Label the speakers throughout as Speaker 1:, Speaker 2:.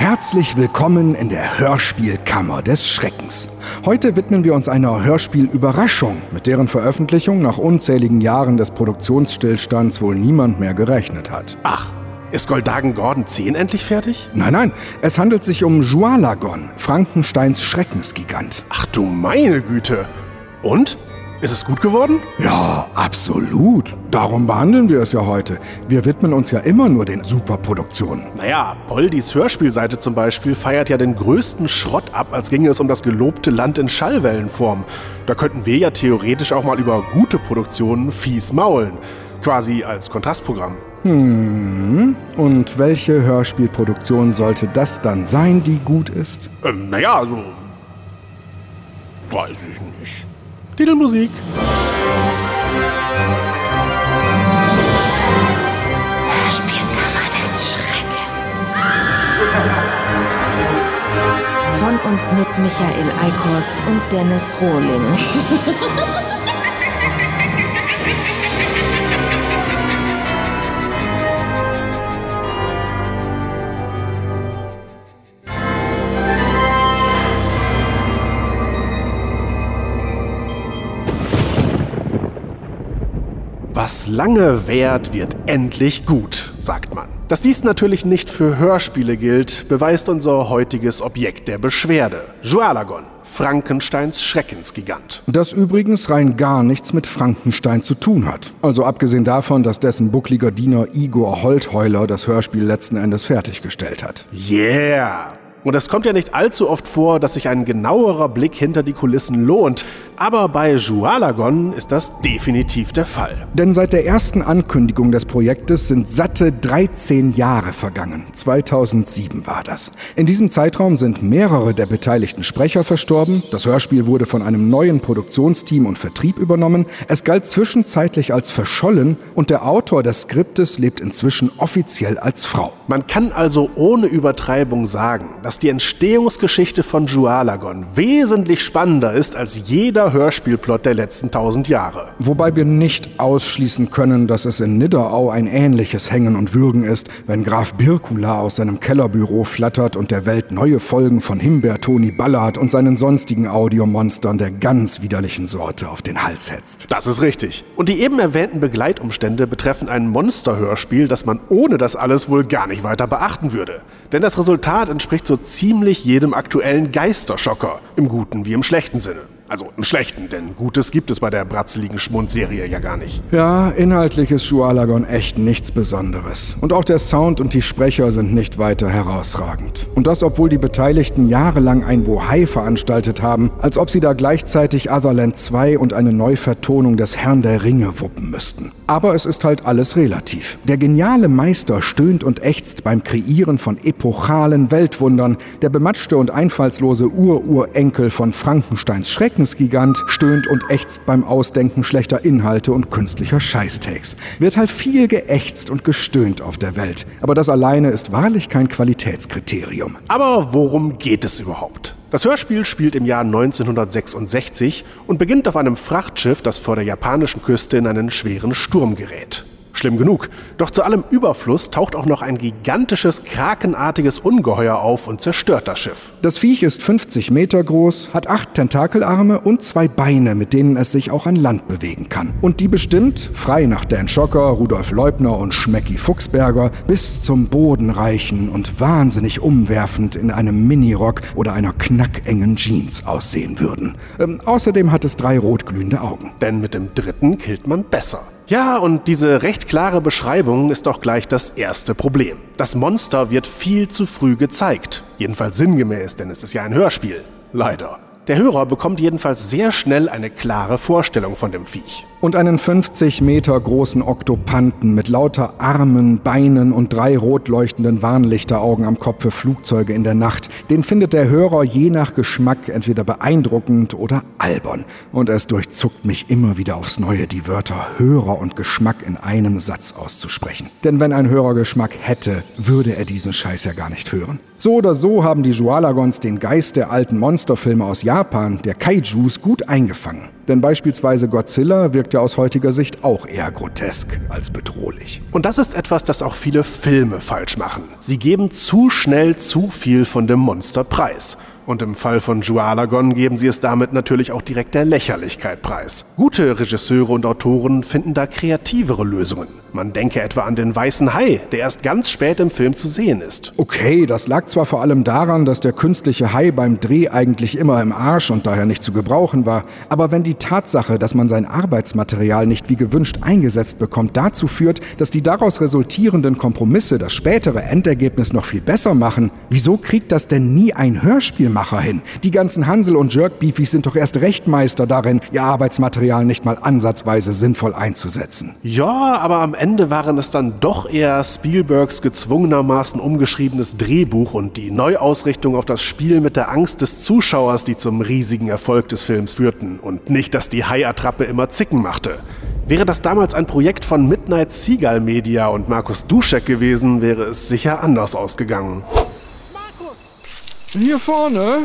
Speaker 1: Herzlich willkommen in der Hörspielkammer des Schreckens. Heute widmen wir uns einer Hörspielüberraschung, mit deren Veröffentlichung nach unzähligen Jahren des Produktionsstillstands wohl niemand mehr gerechnet hat.
Speaker 2: Ach, ist Goldagen Gordon 10 endlich fertig?
Speaker 1: Nein, es handelt sich um Jualagon, Frankensteins Schreckensgigant.
Speaker 2: Ach du meine Güte. Und? Ist es gut geworden?
Speaker 1: Ja, absolut. Darum behandeln wir es ja heute. Wir widmen uns ja immer nur den Superproduktionen.
Speaker 2: Naja, Poldis Hörspielseite zum Beispiel feiert ja den größten Schrott ab, als ginge es um das gelobte Land in Schallwellenform. Da könnten wir ja theoretisch auch mal über gute Produktionen fies maulen. Quasi als Kontrastprogramm.
Speaker 1: Und welche Hörspielproduktion sollte das dann sein, die gut ist?
Speaker 2: Also... weiß ich nicht. Titelmusik.
Speaker 3: Hörspielkammer des Schreckens. Von und mit Michael Eickhorst und Dennis Rohling.
Speaker 2: Was lange währt, wird endlich gut, sagt man. Dass dies natürlich nicht für Hörspiele gilt, beweist unser heutiges Objekt der Beschwerde. Jualagon, Frankensteins Schreckensgigant.
Speaker 1: Das übrigens rein gar nichts mit Frankenstein zu tun hat. Also abgesehen davon, dass dessen buckliger Diener Igor Holtheuler das Hörspiel letzten Endes fertiggestellt hat.
Speaker 2: Yeah! Und es kommt ja nicht allzu oft vor, dass sich ein genauerer Blick hinter die Kulissen lohnt. Aber bei Jualagon ist das definitiv der Fall.
Speaker 1: Denn seit der ersten Ankündigung des Projektes sind satte 13 Jahre vergangen. 2007 war das. In diesem Zeitraum sind mehrere der beteiligten Sprecher verstorben. Das Hörspiel wurde von einem neuen Produktionsteam und Vertrieb übernommen. Es galt zwischenzeitlich als verschollen und der Autor des Skriptes lebt inzwischen offiziell als Frau.
Speaker 2: Man kann also ohne Übertreibung sagen, dass die Entstehungsgeschichte von Jualagon wesentlich spannender ist als jeder Hörspielplot der letzten 1000 Jahre.
Speaker 1: Wobei wir nicht ausschließen können, dass es in Nidderau ein ähnliches Hängen und Würgen ist, wenn Graf Birkula aus seinem Kellerbüro flattert und der Welt neue Folgen von Himbeer Toni Ballard und seinen sonstigen Audiomonstern der ganz widerlichen Sorte auf den Hals hetzt.
Speaker 2: Das ist richtig. Und die eben erwähnten Begleitumstände betreffen ein Monsterhörspiel, das man ohne das alles wohl gar nicht weiter beachten würde. Denn das Resultat entspricht so ziemlich jedem aktuellen Geisterschocker, im guten wie im schlechten Sinne. Also im Schlechten, denn Gutes gibt es bei der bratzeligen Schmund-Serie ja gar nicht.
Speaker 1: Ja, inhaltlich ist Jualagon echt nichts Besonderes. Und auch der Sound und die Sprecher sind nicht weiter herausragend. Und das, obwohl die Beteiligten jahrelang ein Bohai veranstaltet haben, als ob sie da gleichzeitig Otherland 2 und eine Neuvertonung des Herrn der Ringe wuppen müssten. Aber es ist halt alles relativ. Der geniale Meister stöhnt und ächzt beim Kreieren von epochalen Weltwundern. Der bematschte und einfallslose Ururenkel von Frankensteins Schreckensgigant stöhnt und ächzt beim Ausdenken schlechter Inhalte und künstlicher Scheißtakes. Wird halt viel geächzt und gestöhnt auf der Welt. Aber das alleine ist wahrlich kein Qualitätskriterium.
Speaker 2: Aber worum geht es überhaupt? Das Hörspiel spielt im Jahr 1966 und beginnt auf einem Frachtschiff, das vor der japanischen Küste in einen schweren Sturm gerät. Schlimm genug, doch zu allem Überfluss taucht auch noch ein gigantisches, krakenartiges Ungeheuer auf und zerstört das Schiff.
Speaker 1: Das Viech ist 50 Meter groß, hat 8 Tentakelarme und 2 Beine, mit denen es sich auch an Land bewegen kann. Und die bestimmt, frei nach Dan Schocker, Rudolf Leubner und Schmecki Fuchsberger, bis zum Boden reichen und wahnsinnig umwerfend in einem Minirock oder einer knackengen Jeans aussehen würden. Außerdem hat es 3 rotglühende Augen.
Speaker 2: Denn mit dem dritten killt man besser. Ja, und diese recht klare Beschreibung ist auch gleich das erste Problem. Das Monster wird viel zu früh gezeigt. Jedenfalls sinngemäß, denn es ist ja ein Hörspiel. Leider. Der Hörer bekommt jedenfalls sehr schnell eine klare Vorstellung von dem Viech.
Speaker 1: Und einen 50 Meter großen Oktopanten mit lauter Armen, Beinen und 3 rot leuchtenden Warnlichteraugen am Kopf für Flugzeuge in der Nacht, den findet der Hörer je nach Geschmack entweder beeindruckend oder albern. Und es durchzuckt mich immer wieder aufs Neue, die Wörter Hörer und Geschmack in einem Satz auszusprechen. Denn wenn ein Hörer Geschmack hätte, würde er diesen Scheiß ja gar nicht hören. So oder so haben die Jualagons den Geist der alten Monsterfilme aus Japan Japan der Kaijus gut eingefangen. Denn beispielsweise Godzilla wirkt ja aus heutiger Sicht auch eher grotesk als bedrohlich.
Speaker 2: Und das ist etwas, das auch viele Filme falsch machen. Sie geben zu schnell zu viel von dem Monster preis. Und im Fall von Jualagon geben sie es damit natürlich auch direkt der Lächerlichkeit preis. Gute Regisseure und Autoren finden da kreativere Lösungen. Man denke etwa an den weißen Hai, der erst ganz spät im Film zu sehen ist.
Speaker 1: Okay, das lag zwar vor allem daran, dass der künstliche Hai beim Dreh eigentlich immer im Arsch und daher nicht zu gebrauchen war, aber wenn die Tatsache, dass man sein Arbeitsmaterial nicht wie gewünscht eingesetzt bekommt, dazu führt, dass die daraus resultierenden Kompromisse das spätere Endergebnis noch viel besser machen, wieso kriegt das denn nie ein Hörspielmacher hin? Die ganzen Hansel- und Jerk-Beefies sind doch erst recht Meister darin, ihr Arbeitsmaterial nicht mal ansatzweise sinnvoll einzusetzen.
Speaker 2: Ja, aber am Ende waren es dann doch eher Spielbergs gezwungenermaßen umgeschriebenes Drehbuch und die Neuausrichtung auf das Spiel mit der Angst des Zuschauers, die zum riesigen Erfolg des Films führten und nicht, dass die Hai-Attrappe immer Zicken machte. Wäre das damals ein Projekt von Midnight Seagull Media und Markus Duschek gewesen, wäre es sicher anders ausgegangen.
Speaker 1: Markus! Hier vorne?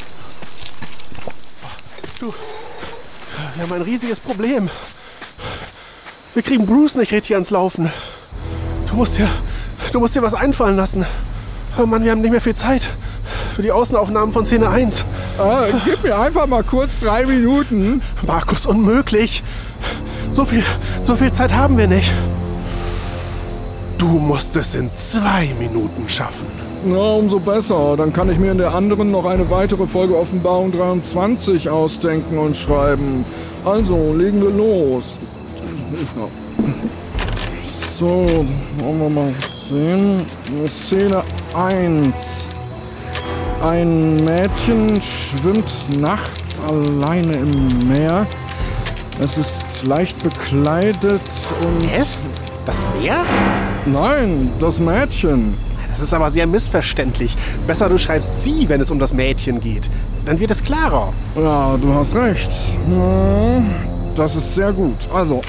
Speaker 2: Du, wir haben ein riesiges Problem. Wir kriegen Bruce nicht richtig ans Laufen. Du musst dir was einfallen lassen. Oh Mann, wir haben nicht mehr viel Zeit für die Außenaufnahmen von Szene 1.
Speaker 1: Gib mir einfach mal kurz 3 Minuten.
Speaker 2: Markus, unmöglich. So viel Zeit haben wir nicht. Du musst es in 2 Minuten schaffen.
Speaker 1: Na, umso besser. Dann kann ich mir in der anderen noch eine weitere Folge Offenbarung 23 ausdenken und schreiben. Also, legen wir los. So, wollen wir mal sehen. Szene 1. Ein Mädchen schwimmt nachts alleine im Meer. Es ist leicht bekleidet und...
Speaker 2: Es? Das Meer?
Speaker 1: Nein, das Mädchen.
Speaker 2: Das ist aber sehr missverständlich. Besser, du schreibst sie, wenn es um das Mädchen geht. Dann wird es klarer.
Speaker 1: Ja, du hast recht. Das ist sehr gut. Also...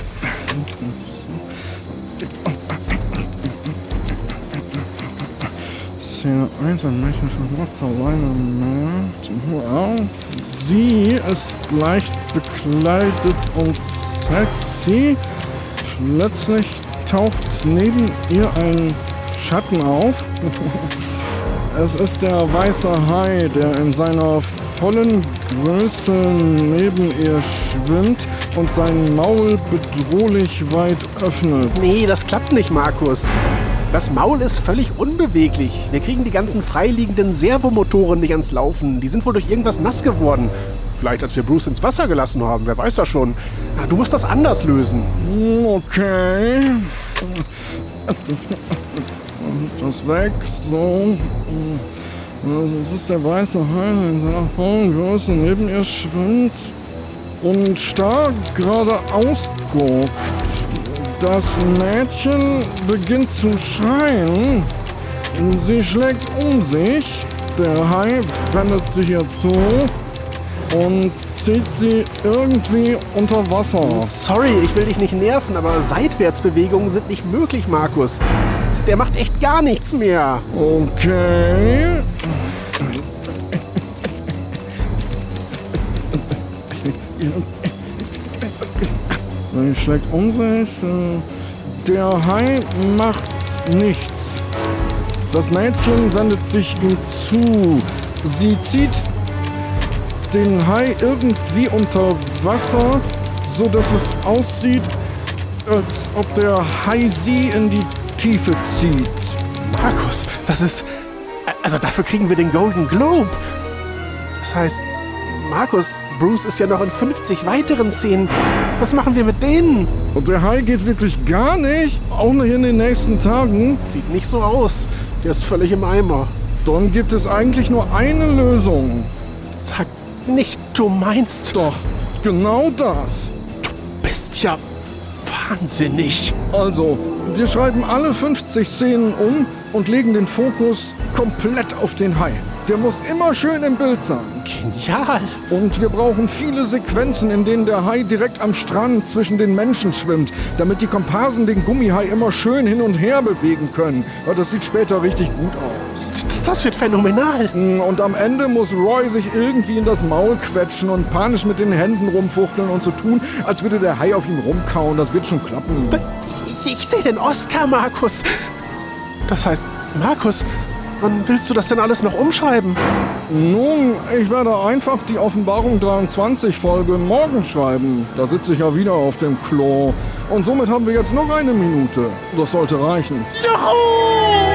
Speaker 1: Szene 1, ein Mädchen schon nachts alleine im Meer. Sie ist leicht bekleidet und sexy. Plötzlich taucht neben ihr ein Schatten auf. Es ist der weiße Hai, der in seiner vollen Größe neben ihr schwimmt und sein Maul bedrohlich weit öffnet.
Speaker 2: Nee, das klappt nicht, Markus. Das Maul ist völlig unbeweglich. Wir kriegen die ganzen freiliegenden Servomotoren nicht ans Laufen. Die sind wohl durch irgendwas nass geworden. Vielleicht, als wir Bruce ins Wasser gelassen haben. Wer weiß das schon. Du musst das anders lösen.
Speaker 1: Okay. Das weg, so. Das ist der weiße Hai, der in seiner vollen Größe neben ihr schwimmt und starr geradeaus guckt. Das Mädchen beginnt zu schreien. Sie schlägt um sich. Der Hai wendet sich ihr zu und zieht sie irgendwie unter Wasser.
Speaker 2: Sorry, ich will dich nicht nerven, aber Seitwärtsbewegungen sind nicht möglich, Markus. Der macht echt gar nichts mehr.
Speaker 1: Okay. Sie schlägt um sich. Der Hai macht nichts. Das Mädchen wendet sich ihm zu. Sie zieht den Hai irgendwie unter Wasser, so dass es aussieht, als ob der Hai sie in die Tiefe zieht.
Speaker 2: Markus, das ist... Also dafür kriegen wir den Golden Globe. Das heißt, Markus, Bruce ist ja noch in 50 weiteren Szenen. Was machen wir mit denen?
Speaker 1: Und der Hai geht wirklich gar nicht? Auch nicht in den nächsten Tagen?
Speaker 2: Sieht nicht so aus. Der ist völlig im Eimer.
Speaker 1: Dann gibt es eigentlich nur eine Lösung.
Speaker 2: Sag nicht, du meinst...
Speaker 1: Doch, genau das.
Speaker 2: Du bist ja wahnsinnig.
Speaker 1: Also, wir schreiben alle 50 Szenen um und legen den Fokus komplett auf den Hai. Der muss immer schön im Bild sein.
Speaker 2: Genial.
Speaker 1: Und wir brauchen viele Sequenzen, in denen der Hai direkt am Strand zwischen den Menschen schwimmt, damit die Komparsen den Gummihai immer schön hin und her bewegen können. Ja, das sieht später richtig gut aus.
Speaker 2: Das wird phänomenal.
Speaker 1: Und am Ende muss Roy sich irgendwie in das Maul quetschen und panisch mit den Händen rumfuchteln und so tun, als würde der Hai auf ihm rumkauen. Das wird schon klappen.
Speaker 2: Ich sehe den Oscar, Markus. Das heißt, Markus, wann willst du das denn alles noch umschreiben?
Speaker 1: Nun, ich werde einfach die Offenbarung 23 Folge morgen schreiben. Da sitze ich ja wieder auf dem Klo. Und somit haben wir jetzt noch eine Minute. Das sollte reichen.
Speaker 2: Juhu!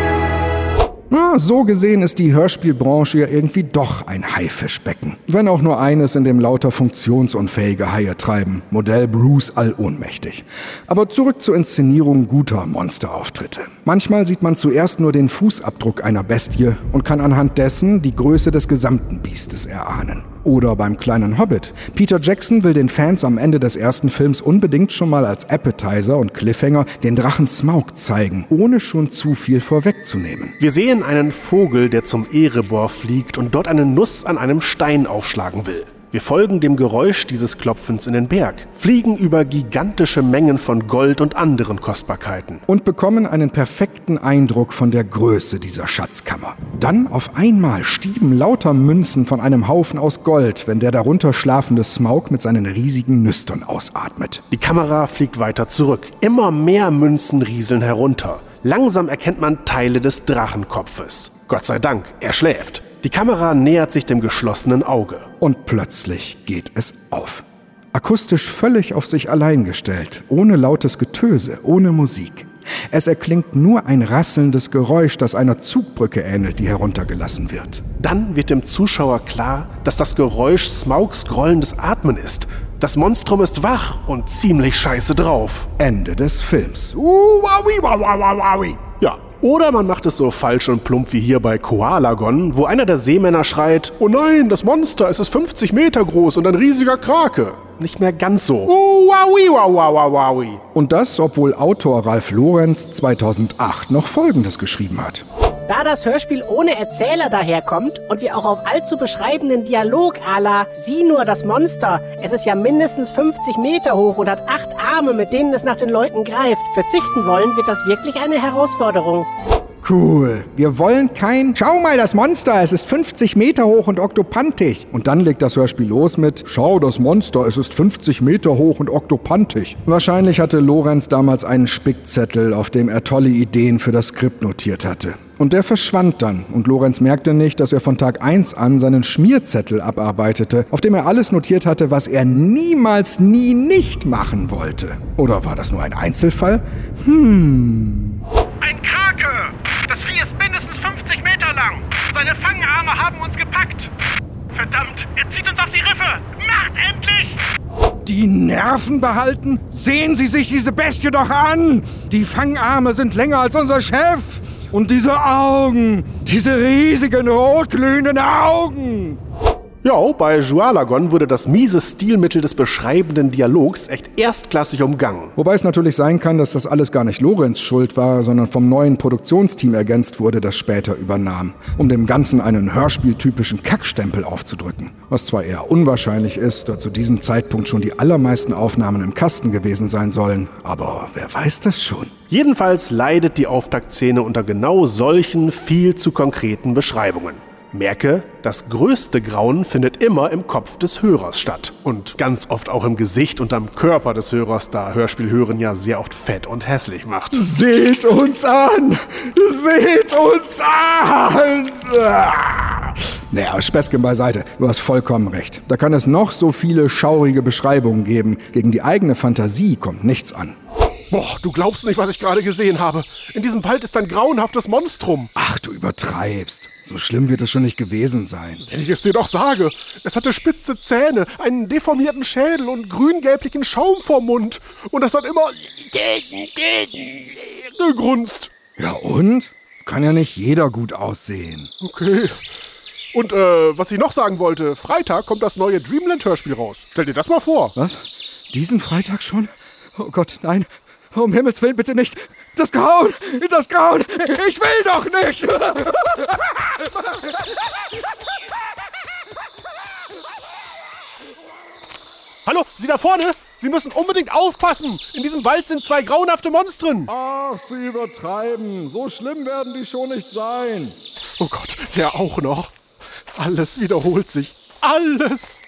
Speaker 1: So gesehen ist die Hörspielbranche ja irgendwie doch ein Haifischbecken. Wenn auch nur eines, in dem lauter funktionsunfähige Haie treiben. Modell Bruce Allohnmächtig. Aber zurück zur Inszenierung guter Monsterauftritte. Manchmal sieht man zuerst nur den Fußabdruck einer Bestie und kann anhand dessen die Größe des gesamten Biestes erahnen. Oder beim kleinen Hobbit. Peter Jackson will den Fans am Ende des ersten Films unbedingt schon mal als Appetizer und Cliffhanger den Drachen Smaug zeigen, ohne schon zu viel vorwegzunehmen.
Speaker 2: Wir sehen einen Vogel, der zum Erebor fliegt und dort eine Nuss an einem Stein aufschlagen will. Wir folgen dem Geräusch dieses Klopfens in den Berg, fliegen über gigantische Mengen von Gold und anderen Kostbarkeiten.
Speaker 1: Und bekommen einen perfekten Eindruck von der Größe dieser Schatzkammer. Dann auf einmal stieben lauter Münzen von einem Haufen aus Gold, wenn der darunter schlafende Smaug mit seinen riesigen Nüstern ausatmet.
Speaker 2: Die Kamera fliegt weiter zurück. Immer mehr Münzen rieseln herunter. Langsam erkennt man Teile des Drachenkopfes. Gott sei Dank, er schläft. Die Kamera nähert sich dem geschlossenen Auge.
Speaker 1: Und plötzlich geht es auf. Akustisch völlig auf sich allein gestellt, ohne lautes Getöse, ohne Musik. Es erklingt nur ein rasselndes Geräusch, das einer Zugbrücke ähnelt, die heruntergelassen wird.
Speaker 2: Dann wird dem Zuschauer klar, dass das Geräusch Smaugs grollendes Atmen ist. Das Monstrum ist wach und ziemlich scheiße drauf.
Speaker 1: Ende des Films.
Speaker 2: Ja. Oder man macht es so falsch und plump wie hier bei Koalagon, wo einer der Seemänner schreit: Oh nein, das Monster, es ist 50 Meter groß und ein riesiger Krake. Nicht mehr ganz so.
Speaker 1: Und das, obwohl Autor Ralph Lorenz 2008 noch Folgendes geschrieben hat.
Speaker 4: Da das Hörspiel ohne Erzähler daherkommt und wir auch auf allzu beschreibenden Dialog à la "Sieh nur das Monster, es ist ja mindestens 50 Meter hoch und hat 8 Arme, mit denen es nach den Leuten greift", verzichten wollen, wird das wirklich eine Herausforderung.
Speaker 1: Cool. Wir wollen kein "Schau mal, das Monster, es ist 50 Meter hoch und oktopantig." Und dann legt das Hörspiel los mit "Schau, das Monster, es ist 50 Meter hoch und oktopantig." Wahrscheinlich hatte Lorenz damals einen Spickzettel, auf dem er tolle Ideen für das Skript notiert hatte. Und der verschwand dann und Lorenz merkte nicht, dass er von Tag 1 an seinen Schmierzettel abarbeitete, auf dem er alles notiert hatte, was er niemals, nie nicht machen wollte. Oder war das nur ein Einzelfall?
Speaker 5: Ein Krake! Das Vieh ist mindestens 50 Meter lang. Seine Fangarme haben uns gepackt. Verdammt, er zieht uns auf die Riffe. Macht endlich!
Speaker 1: Die Nerven behalten? Sehen Sie sich diese Bestie doch an! Die Fangarme sind länger als unser Chef! Und diese Augen, diese riesigen rotglühenden Augen!
Speaker 2: Ja, bei Jualagon wurde das miese Stilmittel des beschreibenden Dialogs echt erstklassig umgangen.
Speaker 1: Wobei es natürlich sein kann, dass das alles gar nicht Lorenz Schuld war, sondern vom neuen Produktionsteam ergänzt wurde, das später übernahm, um dem Ganzen einen hörspieltypischen Kackstempel aufzudrücken. Was zwar eher unwahrscheinlich ist, da zu diesem Zeitpunkt schon die allermeisten Aufnahmen im Kasten gewesen sein sollen, aber wer weiß das schon?
Speaker 2: Jedenfalls leidet die Auftaktszene unter genau solchen, viel zu konkreten Beschreibungen. Merke, das größte Grauen findet immer im Kopf des Hörers statt. Und ganz oft auch im Gesicht und am Körper des Hörers, da Hörspielhören ja sehr oft fett und hässlich macht.
Speaker 1: Seht uns an! Seht uns an! Naja, Späßchen beiseite. Du hast vollkommen recht. Da kann es noch so viele schaurige Beschreibungen geben. Gegen die eigene Fantasie kommt nichts an.
Speaker 2: Boah, du glaubst nicht, was ich gerade gesehen habe. In diesem Wald ist ein grauenhaftes Monstrum.
Speaker 1: Ach, du übertreibst. So schlimm wird es schon nicht gewesen sein.
Speaker 2: Wenn ich es dir doch sage. Es hatte spitze Zähne, einen deformierten Schädel und grüngelblichen Schaum vorm Mund. Und es hat immer gegrunzt.
Speaker 1: Ja und? Kann ja nicht jeder gut aussehen.
Speaker 2: Okay. Und was ich noch sagen wollte, Freitag kommt das neue Dreamland-Hörspiel raus. Stell dir das mal vor.
Speaker 1: Was? Diesen Freitag schon? Oh Gott, nein. Um Himmels Willen, bitte nicht. Das Grauen! Das Grauen! Ich will doch nicht!
Speaker 2: Hallo, Sie da vorne? Sie müssen unbedingt aufpassen! In diesem Wald sind 2 grauenhafte Monstren!
Speaker 1: Ach, Sie übertreiben. So schlimm werden die schon nicht sein.
Speaker 2: Oh Gott, der auch noch. Alles wiederholt sich. Alles!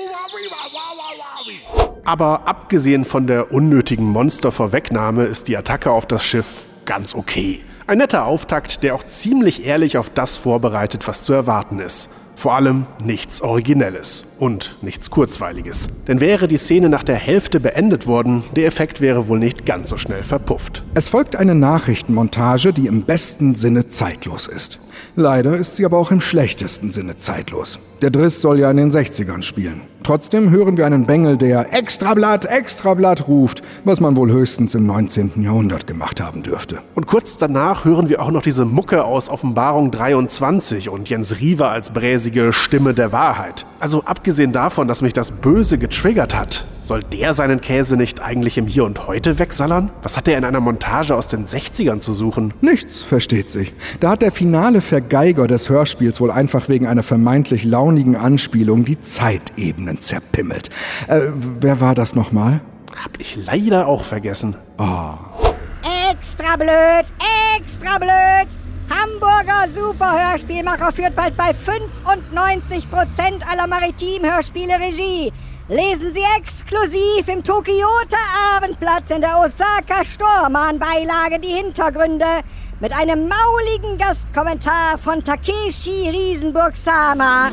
Speaker 2: Aber abgesehen von der unnötigen Monstervorwegnahme ist die Attacke auf das Schiff ganz okay. Ein netter Auftakt, der auch ziemlich ehrlich auf das vorbereitet, was zu erwarten ist. Vor allem nichts Originelles und nichts Kurzweiliges. Denn wäre die Szene nach der Hälfte beendet worden, der Effekt wäre wohl nicht ganz so schnell verpufft.
Speaker 1: Es folgt eine Nachrichtenmontage, die im besten Sinne zeitlos ist. Leider ist sie aber auch im schlechtesten Sinne zeitlos. Der Driss soll ja in den 60ern spielen. Trotzdem hören wir einen Bengel, der Extrablatt ruft, was man wohl höchstens im 19. Jahrhundert gemacht haben dürfte.
Speaker 2: Und kurz danach hören wir auch noch diese Mucke aus Offenbarung 23 und Jens Riva als bräsige Stimme der Wahrheit. Also abgesehen davon, dass mich das Böse getriggert hat, soll der seinen Käse nicht eigentlich im Hier und Heute wegsallern? Was hat er in einer Montage aus den 60ern zu suchen?
Speaker 1: Nichts, versteht sich. Da hat der finale Vergeiger des Hörspiels wohl einfach wegen einer vermeintlich launigen Anspielung die Zeitebenen zerpimmelt. Wer war das nochmal?
Speaker 2: Hab ich leider auch vergessen.
Speaker 6: Extra blöd, extra blöd! Hamburger Superhörspielmacher führt bald bei 95% aller Maritim-Hörspiele Regie. Lesen Sie exklusiv im Tokioter Abendblatt in der Osaka Stormann-Beilage die Hintergründe mit einem mauligen Gastkommentar von Takeshi Riesenburg-sama.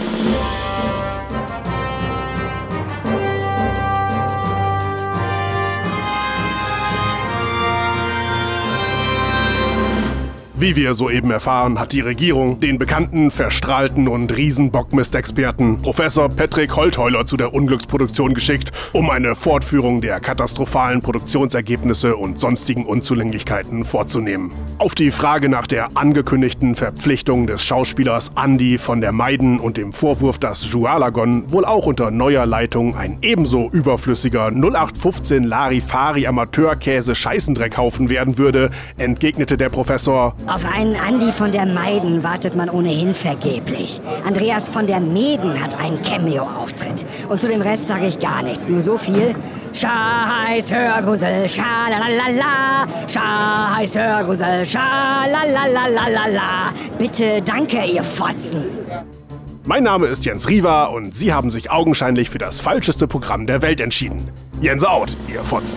Speaker 2: Wie wir soeben erfahren, hat die Regierung den bekannten, verstrahlten und Riesenbockmist-Experten Professor Patrick Holtheuler zu der Unglücksproduktion geschickt, um eine Fortführung der katastrophalen Produktionsergebnisse und sonstigen Unzulänglichkeiten vorzunehmen. Auf die Frage nach der angekündigten Verpflichtung des Schauspielers Andy von der Meiden und dem Vorwurf, dass Jualagon wohl auch unter neuer Leitung ein ebenso überflüssiger 0815 Larifari-Amateurkäse-Scheißendreckhaufen werden würde, entgegnete der Professor:
Speaker 6: Auf einen Andi von der Meiden wartet man ohnehin vergeblich. Andreas von der Meeden hat einen Cameo-Auftritt. Und zu dem Rest sage ich gar nichts, nur so viel. Scheiß Hörgrusel, schalalalala. Scheiß Hörgrusel, schalalalala. Bitte, danke, ihr Fotzen.
Speaker 2: Mein Name ist Jens Riva und Sie haben sich augenscheinlich für das falscheste Programm der Welt entschieden. Jens out, ihr Fotzen.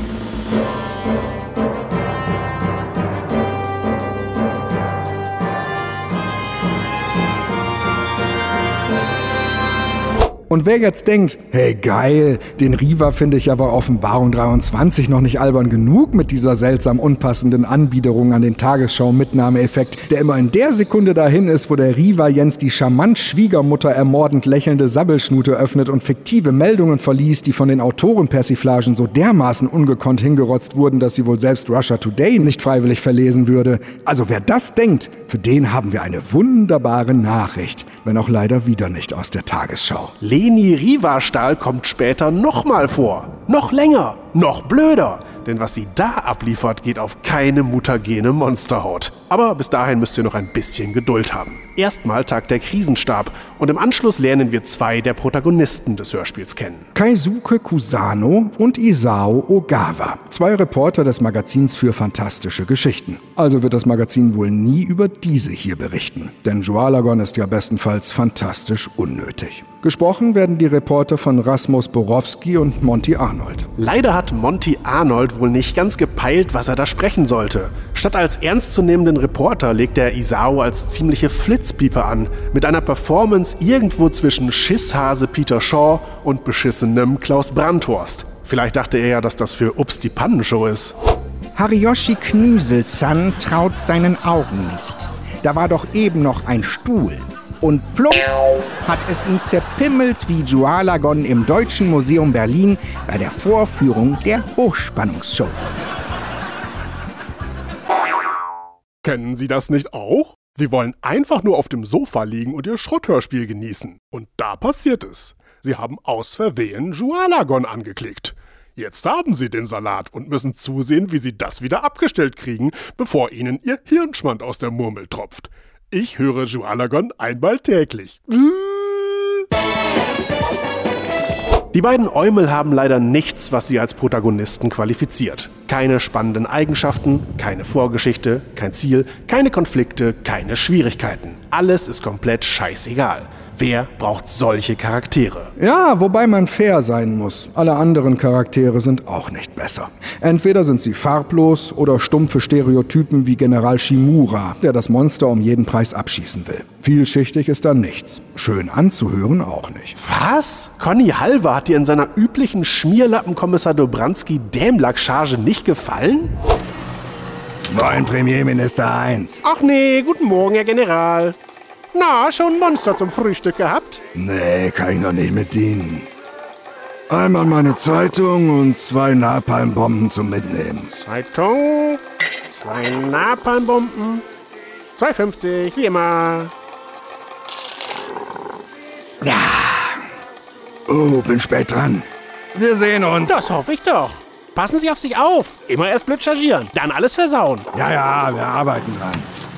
Speaker 1: Und wer jetzt denkt, hey geil, den Riva finde ich aber Offenbarung 23 noch nicht albern genug mit dieser seltsam unpassenden Anbiederung an den Tagesschau-Mitnahmeeffekt, der immer in der Sekunde dahin ist, wo der Riva Jens die charmant Schwiegermutter ermordend lächelnde Sabbelschnute öffnet und fiktive Meldungen verliest, die von den Autorenpersiflagen so dermaßen ungekonnt hingerotzt wurden, dass sie wohl selbst Russia Today nicht freiwillig verlesen würde. Also wer das denkt, für den haben wir eine wunderbare Nachricht, wenn auch leider wieder nicht aus der Tagesschau.
Speaker 2: Leni Riefenstahl kommt später nochmal vor. Noch länger, noch blöder. Denn was sie da abliefert, geht auf keine mutagene Monsterhaut. Aber bis dahin müsst ihr noch ein bisschen Geduld haben. Erstmal tagt der Krisenstab und im Anschluss lernen wir 2 der Protagonisten des Hörspiels kennen.
Speaker 1: Keisuke Kusano und Isao Ogawa, 2 Reporter des Magazins für fantastische Geschichten. Also wird das Magazin wohl nie über diese hier berichten, denn Jualagon ist ja bestenfalls fantastisch unnötig. Gesprochen werden die Reporter von Rasmus Borowski und Monty Arnold.
Speaker 2: Leider hat Monty Arnold wohl nicht ganz gepeilt, was er da sprechen sollte. Statt als ernstzunehmenden Reporter legt er Isao als ziemliche Flitzpiepe an, mit einer Performance irgendwo zwischen Schisshase Peter Shaw und beschissenem Klaus Brandhorst. Vielleicht dachte er ja, dass das für Ups die Pannenshow ist.
Speaker 7: Hariyoshi Knüsel-san traut seinen Augen nicht. Da war doch eben noch ein Stuhl. Und plumps hat es ihn zerpimmelt wie Jualagon im Deutschen Museum Berlin bei der Vorführung der Hochspannungsshow.
Speaker 2: Kennen Sie das nicht auch? Sie wollen einfach nur auf dem Sofa liegen und Ihr Schrotthörspiel genießen. Und da passiert es. Sie haben aus Versehen Jualagon angeklickt. Jetzt haben Sie den Salat und müssen zusehen, wie Sie das wieder abgestellt kriegen, bevor Ihnen Ihr Hirnschmand aus der Murmel tropft. Ich höre Die beiden Eumel haben leider nichts, was sie als Protagonisten qualifiziert. Keine spannenden Eigenschaften, keine Vorgeschichte, kein Ziel, keine Konflikte, keine Schwierigkeiten. Alles ist komplett scheißegal. Wer braucht solche Charaktere?
Speaker 1: Ja, wobei man fair sein muss. Alle anderen Charaktere sind auch nicht besser. Entweder sind sie farblos oder stumpfe Stereotypen wie General Shimura, der das Monster um jeden Preis abschießen will. Vielschichtig ist da nichts. Schön anzuhören auch nicht.
Speaker 2: Was? Conny Halver hat dir in seiner üblichen Schmierlappen-Kommissar Dobranski-Dämlack-Charge nicht gefallen?
Speaker 1: Moin, Premierminister 1.
Speaker 4: Ach nee, guten Morgen, Herr General. Na, schon ein Monster zum Frühstück gehabt?
Speaker 1: Nee, kann ich noch nicht mit dienen. Einmal meine Zeitung und 2 Napalmbomben zum Mitnehmen.
Speaker 4: Zeitung, 2 Napalmbomben, 2,50, wie immer.
Speaker 1: Oh, bin spät dran. Wir sehen uns.
Speaker 4: Das hoffe ich doch. Passen Sie auf sich auf. Immer erst blöd chargieren, dann alles versauen.
Speaker 1: Ja, wir arbeiten dran.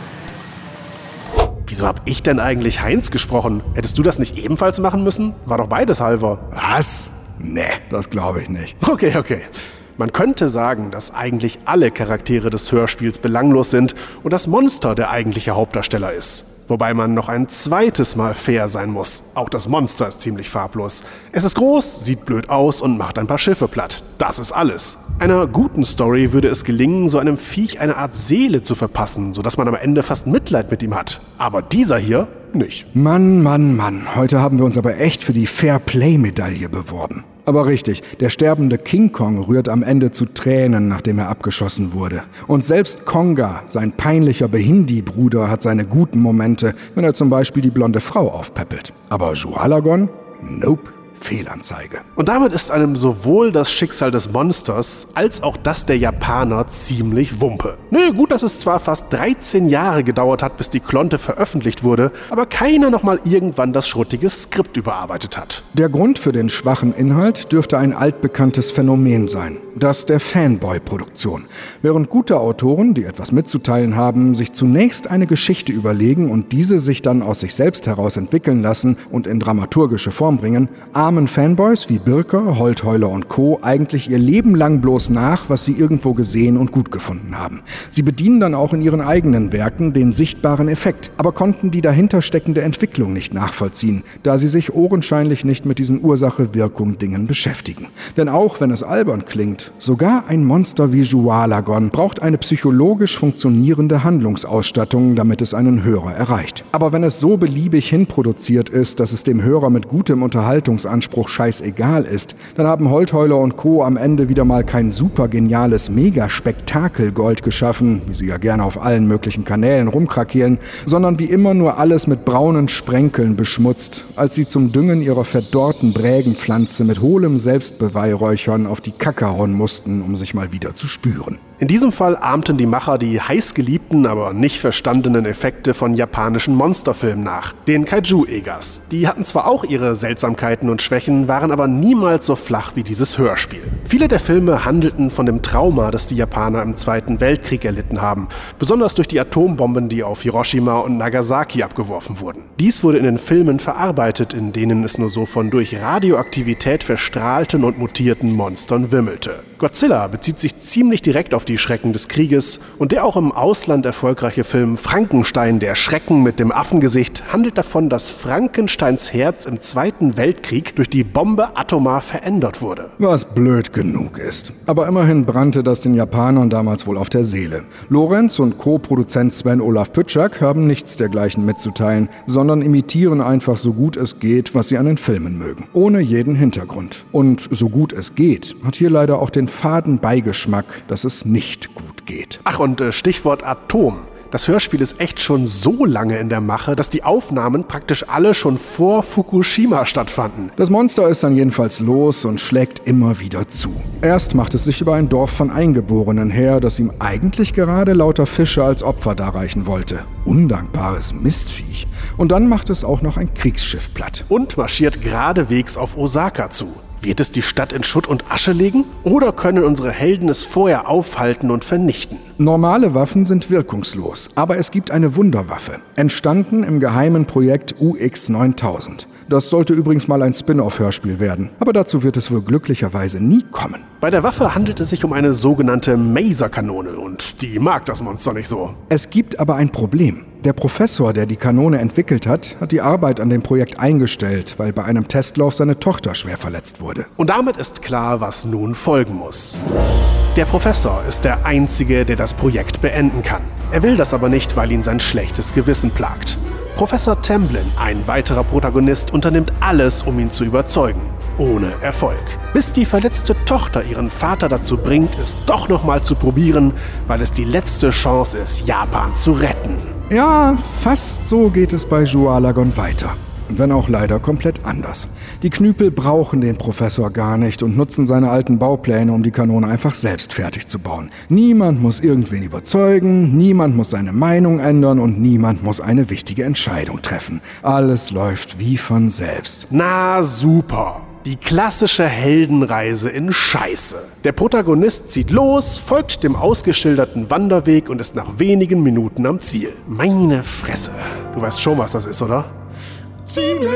Speaker 2: Wieso hab ich denn eigentlich Heinz gesprochen? Hättest du das nicht ebenfalls machen müssen? War doch beides Halver.
Speaker 1: Was? Nee, das glaube ich nicht.
Speaker 2: Okay. Man könnte sagen, dass eigentlich alle Charaktere des Hörspiels belanglos sind und das Monster der eigentliche Hauptdarsteller ist. Wobei man noch ein zweites Mal fair sein muss. Auch das Monster ist ziemlich farblos. Es ist groß, sieht blöd aus und macht ein paar Schiffe platt. Das ist alles. Einer guten Story würde es gelingen, so einem Viech eine Art Seele zu verpassen, sodass man am Ende fast Mitleid mit ihm hat. Aber dieser hier nicht.
Speaker 1: Mann. Heute haben wir uns aber echt für die Fair-Play-Medaille beworben. Aber richtig, der sterbende King Kong rührt am Ende zu Tränen, nachdem er abgeschossen wurde. Und selbst Konga, sein peinlicher Behindi-Bruder, hat seine guten Momente, wenn er zum Beispiel die blonde Frau aufpäppelt. Aber Jualagon? Nope. Fehlanzeige.
Speaker 2: Und damit ist einem sowohl das Schicksal des Monsters als auch das der Japaner ziemlich Wumpe. Gut, dass es zwar fast 13 Jahre gedauert hat, bis die Klonte veröffentlicht wurde, aber keiner nochmal irgendwann das schrottige Skript überarbeitet hat.
Speaker 1: Der Grund für den schwachen Inhalt dürfte ein altbekanntes Phänomen sein. Das der Fanboy-Produktion. Während gute Autoren, die etwas mitzuteilen haben, sich zunächst eine Geschichte überlegen und diese sich dann aus sich selbst heraus entwickeln lassen und in dramaturgische Form bringen, ahmen Fanboys wie Birker, Holtheuler und Co. eigentlich ihr Leben lang bloß nach, was sie irgendwo gesehen und gut gefunden haben. Sie bedienen dann auch in ihren eigenen Werken den sichtbaren Effekt, aber konnten die dahinter steckende Entwicklung nicht nachvollziehen, da sie sich augenscheinlich nicht mit diesen Ursache-Wirkung-Dingen beschäftigen. Denn auch wenn es albern klingt, sogar ein Monster wie Jualagon braucht eine psychologisch funktionierende Handlungsausstattung, damit es einen Hörer erreicht. Aber wenn es so beliebig hinproduziert ist, dass es dem Hörer mit gutem Unterhaltungsanspruch scheißegal ist, dann haben Holtheuler und Co. am Ende wieder mal kein super geniales Mega-Spektakel-Gold geschaffen, wie sie ja gerne auf allen möglichen Kanälen rumkrakeelen, sondern wie immer nur alles mit braunen Sprenkeln beschmutzt, als sie zum Düngen ihrer verdorrten Brägenpflanze mit hohlem Selbstbeweihräuchern auf die Kacke hauen mussten, um sich mal wieder zu spüren.
Speaker 2: In diesem Fall ahmten die Macher die heißgeliebten, aber nicht verstandenen Effekte von japanischen Monsterfilmen nach, den Kaiju-Egas. Die hatten zwar auch ihre Seltsamkeiten und Schwächen, waren aber niemals so flach wie dieses Hörspiel. Viele der Filme handelten von dem Trauma, das die Japaner im Zweiten Weltkrieg erlitten haben, besonders durch die Atombomben, die auf Hiroshima und Nagasaki abgeworfen wurden. Dies wurde in den Filmen verarbeitet, in denen es nur so von durch Radioaktivität verstrahlten und mutierten Monstern wimmelte. Godzilla bezieht sich ziemlich direkt auf die Schrecken des Krieges und der auch im Ausland erfolgreiche Film Frankenstein, der Schrecken mit dem Affengesicht, handelt davon, dass Frankensteins Herz im Zweiten Weltkrieg durch die Bombe atomar verändert wurde.
Speaker 1: Was blöd genug ist. Aber immerhin brannte das den Japanern damals wohl auf der Seele. Lorenz und Co-Produzent Sven Olaf Pütschak haben nichts dergleichen mitzuteilen, sondern imitieren einfach so gut es geht, was sie an den Filmen mögen. Ohne jeden Hintergrund. Und so gut es geht, hat hier leider auch den faden Beigeschmack, dass es nicht gut geht.
Speaker 2: Ach, und Stichwort Atom. Das Hörspiel ist echt schon so lange in der Mache, dass die Aufnahmen praktisch alle schon vor Fukushima stattfanden.
Speaker 1: Das Monster ist dann jedenfalls los und schlägt immer wieder zu. Erst macht es sich über ein Dorf von Eingeborenen her, das ihm eigentlich gerade lauter Fische als Opfer darreichen wollte. Undankbares Mistviech. Und dann macht es auch noch ein Kriegsschiff platt.
Speaker 2: Und marschiert geradewegs auf Osaka zu. Wird es die Stadt in Schutt und Asche legen? Oder können unsere Helden es vorher aufhalten und vernichten?
Speaker 1: Normale Waffen sind wirkungslos, aber es gibt eine Wunderwaffe. Entstanden im geheimen Projekt UX-9000. Das sollte übrigens mal ein Spin-off-Hörspiel werden. Aber dazu wird es wohl glücklicherweise nie kommen.
Speaker 2: Bei der Waffe handelt es sich um eine sogenannte Maser-Kanone und die mag das Monster nicht so.
Speaker 1: Es gibt aber ein Problem. Der Professor, der die Kanone entwickelt hat, hat die Arbeit an dem Projekt eingestellt, weil bei einem Testlauf seine Tochter schwer verletzt wurde.
Speaker 2: Und damit ist klar, was nun folgen muss. Der Professor ist der Einzige, der das Projekt beenden kann. Er will das aber nicht, weil ihn sein schlechtes Gewissen plagt. Professor Tamblyn, ein weiterer Protagonist, unternimmt alles, um ihn zu überzeugen. Ohne Erfolg. Bis die verletzte Tochter ihren Vater dazu bringt, es doch nochmal zu probieren, weil es die letzte Chance ist, Japan zu retten.
Speaker 1: Ja, fast so geht es bei Jualagon weiter. Wenn auch leider komplett anders. Die Knüppel brauchen den Professor gar nicht und nutzen seine alten Baupläne, um die Kanone einfach selbst fertig zu bauen. Niemand muss irgendwen überzeugen, niemand muss seine Meinung ändern und niemand muss eine wichtige Entscheidung treffen. Alles läuft wie von selbst.
Speaker 2: Na super! Die klassische Heldenreise in Scheiße. Der Protagonist zieht los, folgt dem ausgeschilderten Wanderweg und ist nach wenigen Minuten am Ziel. Meine Fresse. Du weißt schon, was das ist, oder? Ziemlich.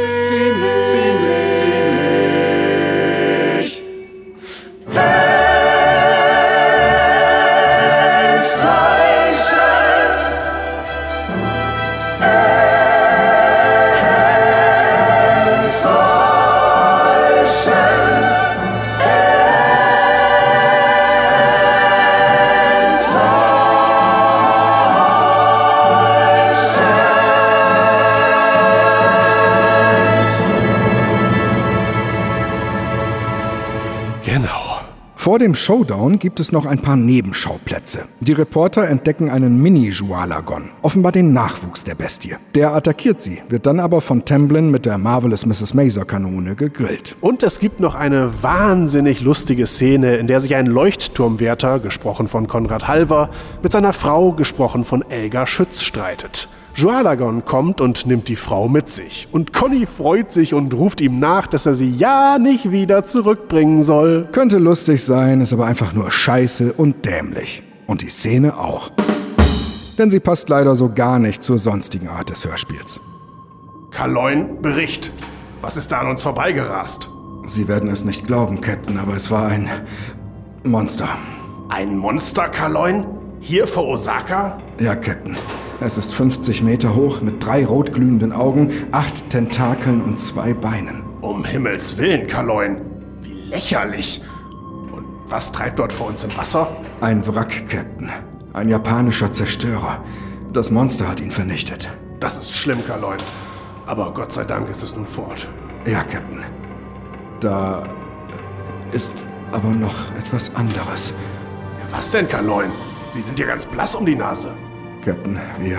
Speaker 1: Vor dem Showdown gibt es noch ein paar Nebenschauplätze. Die Reporter entdecken einen Mini-Jualagon, offenbar den Nachwuchs der Bestie. Der attackiert sie, wird dann aber von Tamblyn mit der Marvelous Mrs. Maser-Kanone gegrillt.
Speaker 2: Und es gibt noch eine wahnsinnig lustige Szene, in der sich ein Leuchtturmwärter, gesprochen von Konrad Halver, mit seiner Frau, gesprochen von Elga Schütz, streitet. Jualagon kommt und nimmt die Frau mit sich. Und Conny freut sich und ruft ihm nach, dass er sie ja nicht wieder zurückbringen soll.
Speaker 1: Könnte lustig sein, ist aber einfach nur scheiße und dämlich. Und die Szene auch. Denn sie passt leider so gar nicht zur sonstigen Art des Hörspiels.
Speaker 2: Kaloin, Bericht. Was ist da an uns vorbeigerast?
Speaker 1: Sie werden es nicht glauben, Captain, aber es war ein Monster.
Speaker 2: Ein Monster, Kaloin? Hier vor Osaka?
Speaker 1: Ja, Captain. Es ist 50 Meter hoch mit 3 rotglühenden Augen, 8 Tentakeln und 2 Beinen.
Speaker 2: Um Himmels Willen, Kaloin. Wie lächerlich. Und was treibt dort vor uns im Wasser?
Speaker 1: Ein Wrack, Captain. Ein japanischer Zerstörer. Das Monster hat ihn vernichtet.
Speaker 2: Das ist schlimm, Kaloin. Aber Gott sei Dank ist es nun fort.
Speaker 1: Ja, Captain. Da ist aber noch etwas anderes.
Speaker 2: Ja, was denn, Kaloin? Sie sind ja ganz blass um die Nase.
Speaker 1: Captain, wir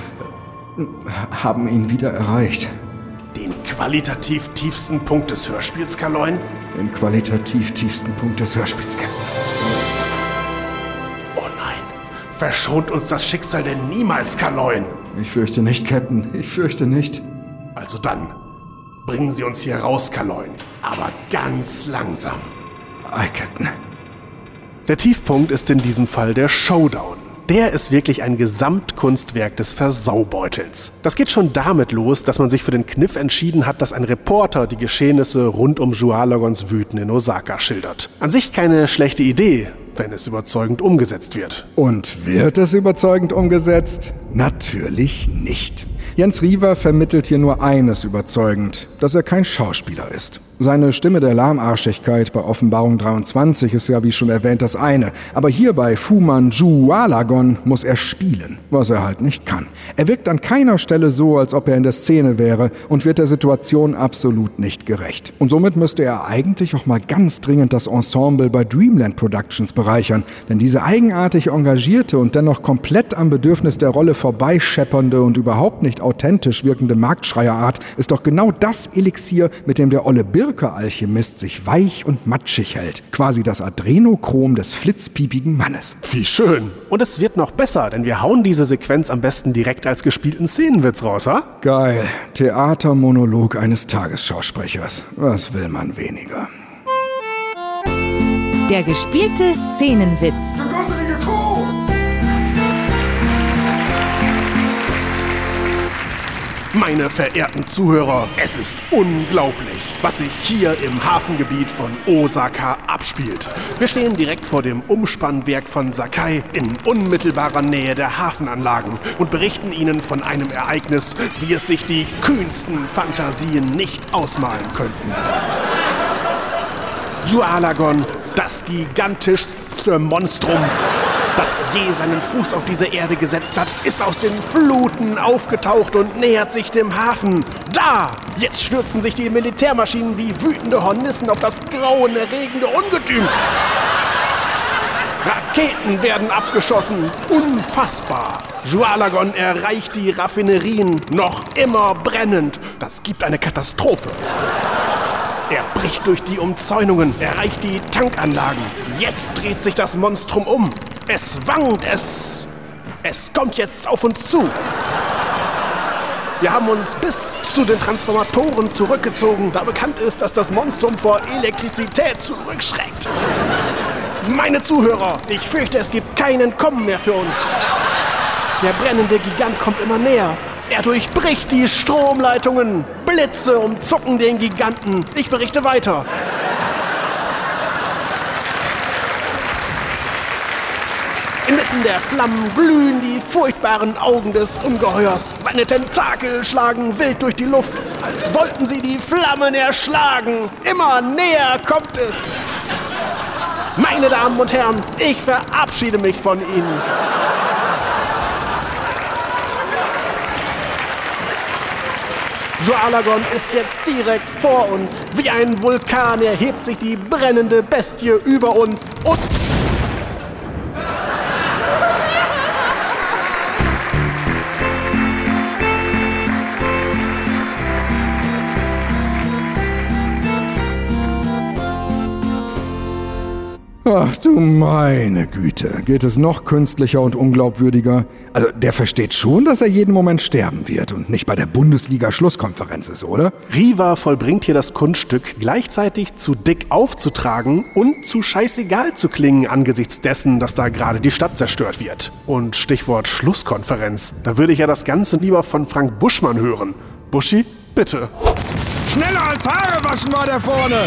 Speaker 1: haben ihn wieder erreicht.
Speaker 2: Den qualitativ tiefsten Punkt des Hörspiels, Kaloin?
Speaker 1: Den qualitativ tiefsten Punkt des Hörspiels, Captain.
Speaker 2: Oh nein, verschont uns das Schicksal denn niemals, Kaloin?
Speaker 1: Ich fürchte nicht, Captain, ich fürchte nicht.
Speaker 2: Also dann, bringen Sie uns hier raus, Kaloin, aber ganz langsam.
Speaker 1: Ei, Captain.
Speaker 2: Der Tiefpunkt ist in diesem Fall der Showdown. Der ist wirklich ein Gesamtkunstwerk des Versaubeutels. Das geht schon damit los, dass man sich für den Kniff entschieden hat, dass ein Reporter die Geschehnisse rund um Jualagons Wüten in Osaka schildert. An sich keine schlechte Idee, wenn es überzeugend umgesetzt wird.
Speaker 1: Und wird es überzeugend umgesetzt? Natürlich nicht. Jens Riewer vermittelt hier nur eines überzeugend, dass er kein Schauspieler ist. Seine Stimme der Lahmarschigkeit bei Offenbarung 23 ist ja wie schon erwähnt das eine. Aber hier bei Fu Manchu Jualagon muss er spielen, was er halt nicht kann. Er wirkt an keiner Stelle so, als ob er in der Szene wäre und wird der Situation absolut nicht gerecht. Und somit müsste er eigentlich auch mal ganz dringend das Ensemble bei Dreamland Productions bereichern. Denn diese eigenartig engagierte und dennoch komplett am Bedürfnis der Rolle vorbeischeppernde und überhaupt nicht authentisch wirkende Marktschreierart ist doch genau das Elixier, mit dem der olle Birke-Alchemist sich weich und matschig hält. Quasi das Adrenochrom des flitzpiepigen Mannes.
Speaker 2: Wie schön. Und es wird noch besser, denn wir hauen diese Sequenz am besten direkt als gespielten Szenenwitz raus, ha?
Speaker 1: Geil. Theatermonolog eines Tagesschausprechers. Was will man weniger?
Speaker 3: Der gespielte Szenenwitz.
Speaker 2: Meine verehrten Zuhörer, es ist unglaublich, was sich hier im Hafengebiet von Osaka abspielt. Wir stehen direkt vor dem Umspannwerk von Sakai in unmittelbarer Nähe der Hafenanlagen und berichten Ihnen von einem Ereignis, wie es sich die kühnsten Fantasien nicht ausmalen könnten. Jualagon, das gigantischste Monstrum, das je seinen Fuß auf diese Erde gesetzt hat, ist aus den Fluten aufgetaucht und nähert sich dem Hafen. Da! Jetzt stürzen sich die Militärmaschinen wie wütende Hornissen auf das grauenerregende Ungetüm. Raketen werden abgeschossen. Unfassbar. Jualagon erreicht die Raffinerien, noch immer brennend. Das gibt eine Katastrophe. Er bricht durch die Umzäunungen, erreicht die Tankanlagen. Jetzt dreht sich das Monstrum um. Es wankt, es kommt jetzt auf uns zu. Wir haben uns bis zu den Transformatoren zurückgezogen, da bekannt ist, dass das Monstrum vor Elektrizität zurückschreckt. Meine Zuhörer, ich fürchte, es gibt kein Entkommen mehr für uns. Der brennende Gigant kommt immer näher. Er durchbricht die Stromleitungen. Blitze umzucken den Giganten. Ich berichte weiter. Inmitten der Flammen glühen die furchtbaren Augen des Ungeheuers. Seine Tentakel schlagen wild durch die Luft, als wollten sie die Flammen erschlagen. Immer näher kommt es. Meine Damen und Herren, ich verabschiede mich von Ihnen. Jualagon ist jetzt direkt vor uns. Wie ein Vulkan erhebt sich die brennende Bestie über uns und...
Speaker 1: Ach du meine Güte, geht es noch künstlicher und unglaubwürdiger? Also der versteht schon, dass er jeden Moment sterben wird und nicht bei der Bundesliga-Schlusskonferenz ist, oder?
Speaker 2: Riva vollbringt hier das Kunststück, gleichzeitig zu dick aufzutragen und zu scheißegal zu klingen angesichts dessen, dass da gerade die Stadt zerstört wird. Und Stichwort Schlusskonferenz, da würde ich ja das Ganze lieber von Frank Buschmann hören. Buschi, bitte.
Speaker 1: Schneller als Haare waschen war der vorne!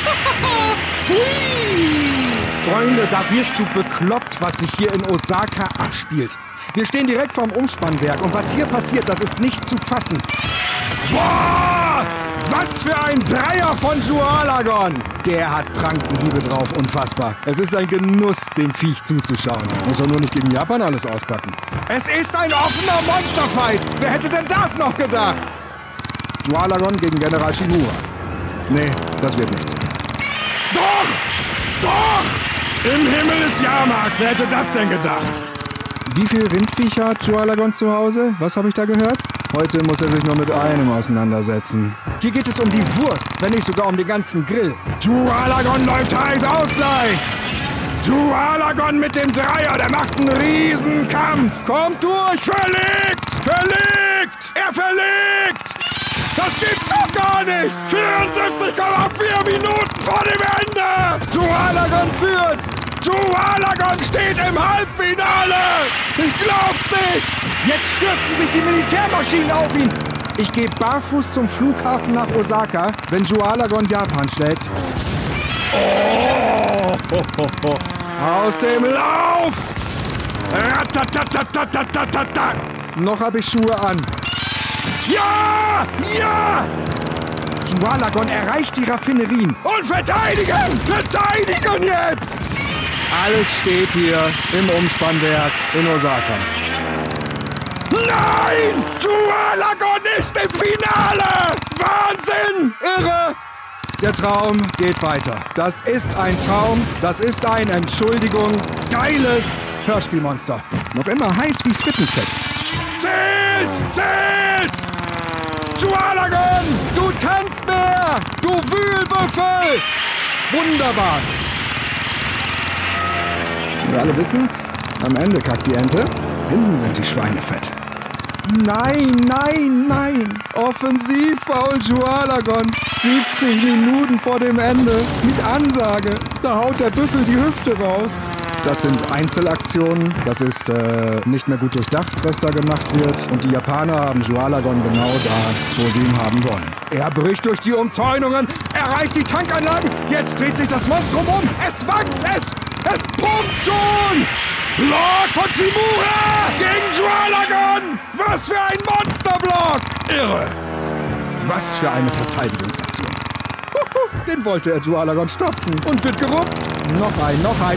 Speaker 1: Freunde, da wirst du bekloppt, was sich hier in Osaka abspielt. Wir stehen direkt vorm Umspannwerk und was hier passiert, das ist nicht zu fassen. Boah! Was für ein Dreier von Jualagon! Der hat Prankenhiebe drauf, unfassbar. Es ist ein Genuss, dem Viech zuzuschauen. Muss er nur nicht gegen Japan alles auspacken. Es ist ein offener Monsterfight! Wer hätte denn das noch gedacht? Jualagon gegen General Shimura. Nee, das wird nichts. Doch! Doch! Im Himmel ist Jahrmarkt. Wer hätte das denn gedacht? Wie viel Rindviecher hat Jualagon zu Hause? Was habe ich da gehört? Heute muss er sich nur mit einem auseinandersetzen. Hier geht es um die Wurst, wenn nicht sogar um den ganzen Grill. Jualagon läuft heiß Ausgleich. Jualagon mit dem Dreier, der macht einen Riesenkampf. Kommt durch, verlegt! Verlegt! Er verlegt! Das gibt's doch gar nicht! 74,4 Minuten vor dem Ende! Jualagon führt! Jualagon steht im Halbfinale! Ich glaub's nicht! Jetzt stürzen sich die Militärmaschinen auf ihn! Ich gehe barfuß zum Flughafen nach Osaka, wenn Jualagon Japan schlägt. Oh! Aus dem Lauf! Ratatatatatatatata! Noch habe ich Schuhe an. Ja! Ja! Jualagon erreicht die Raffinerien. Und verteidigen! Verteidigen jetzt! Alles steht hier im Umspannwerk in Osaka. Nein! Jualagon ist im Finale! Wahnsinn! Irre! Der Traum geht weiter. Das ist ein Traum. Das ist ein, Entschuldigung, geiles Hörspielmonster. Noch immer heiß wie Frittenfett. Zählt! Zählt! Jualagon! Du Tanzbär! Du Wühlbüffel! Wunderbar! Wir alle wissen, am Ende kackt die Ente, hinten sind die Schweine fett. Nein, nein, nein! Offensivfoul Jualagon! 70 Minuten vor dem Ende, mit Ansage, da haut der Büffel die Hüfte raus. Das sind Einzelaktionen, das ist nicht mehr gut durchdacht, was da gemacht wird. Und die Japaner haben Jualagon genau da, wo sie ihn haben wollen. Er bricht durch die Umzäunungen, erreicht die Tankanlagen, jetzt dreht sich das Monstrum um, es wankt, es pumpt schon! Block von Shimura gegen Jualagon! Was für ein Monsterblock! Irre! Was für eine Verteidigungsaktion. Den wollte er Jualagon stopfen und wird gerupft. Noch ein!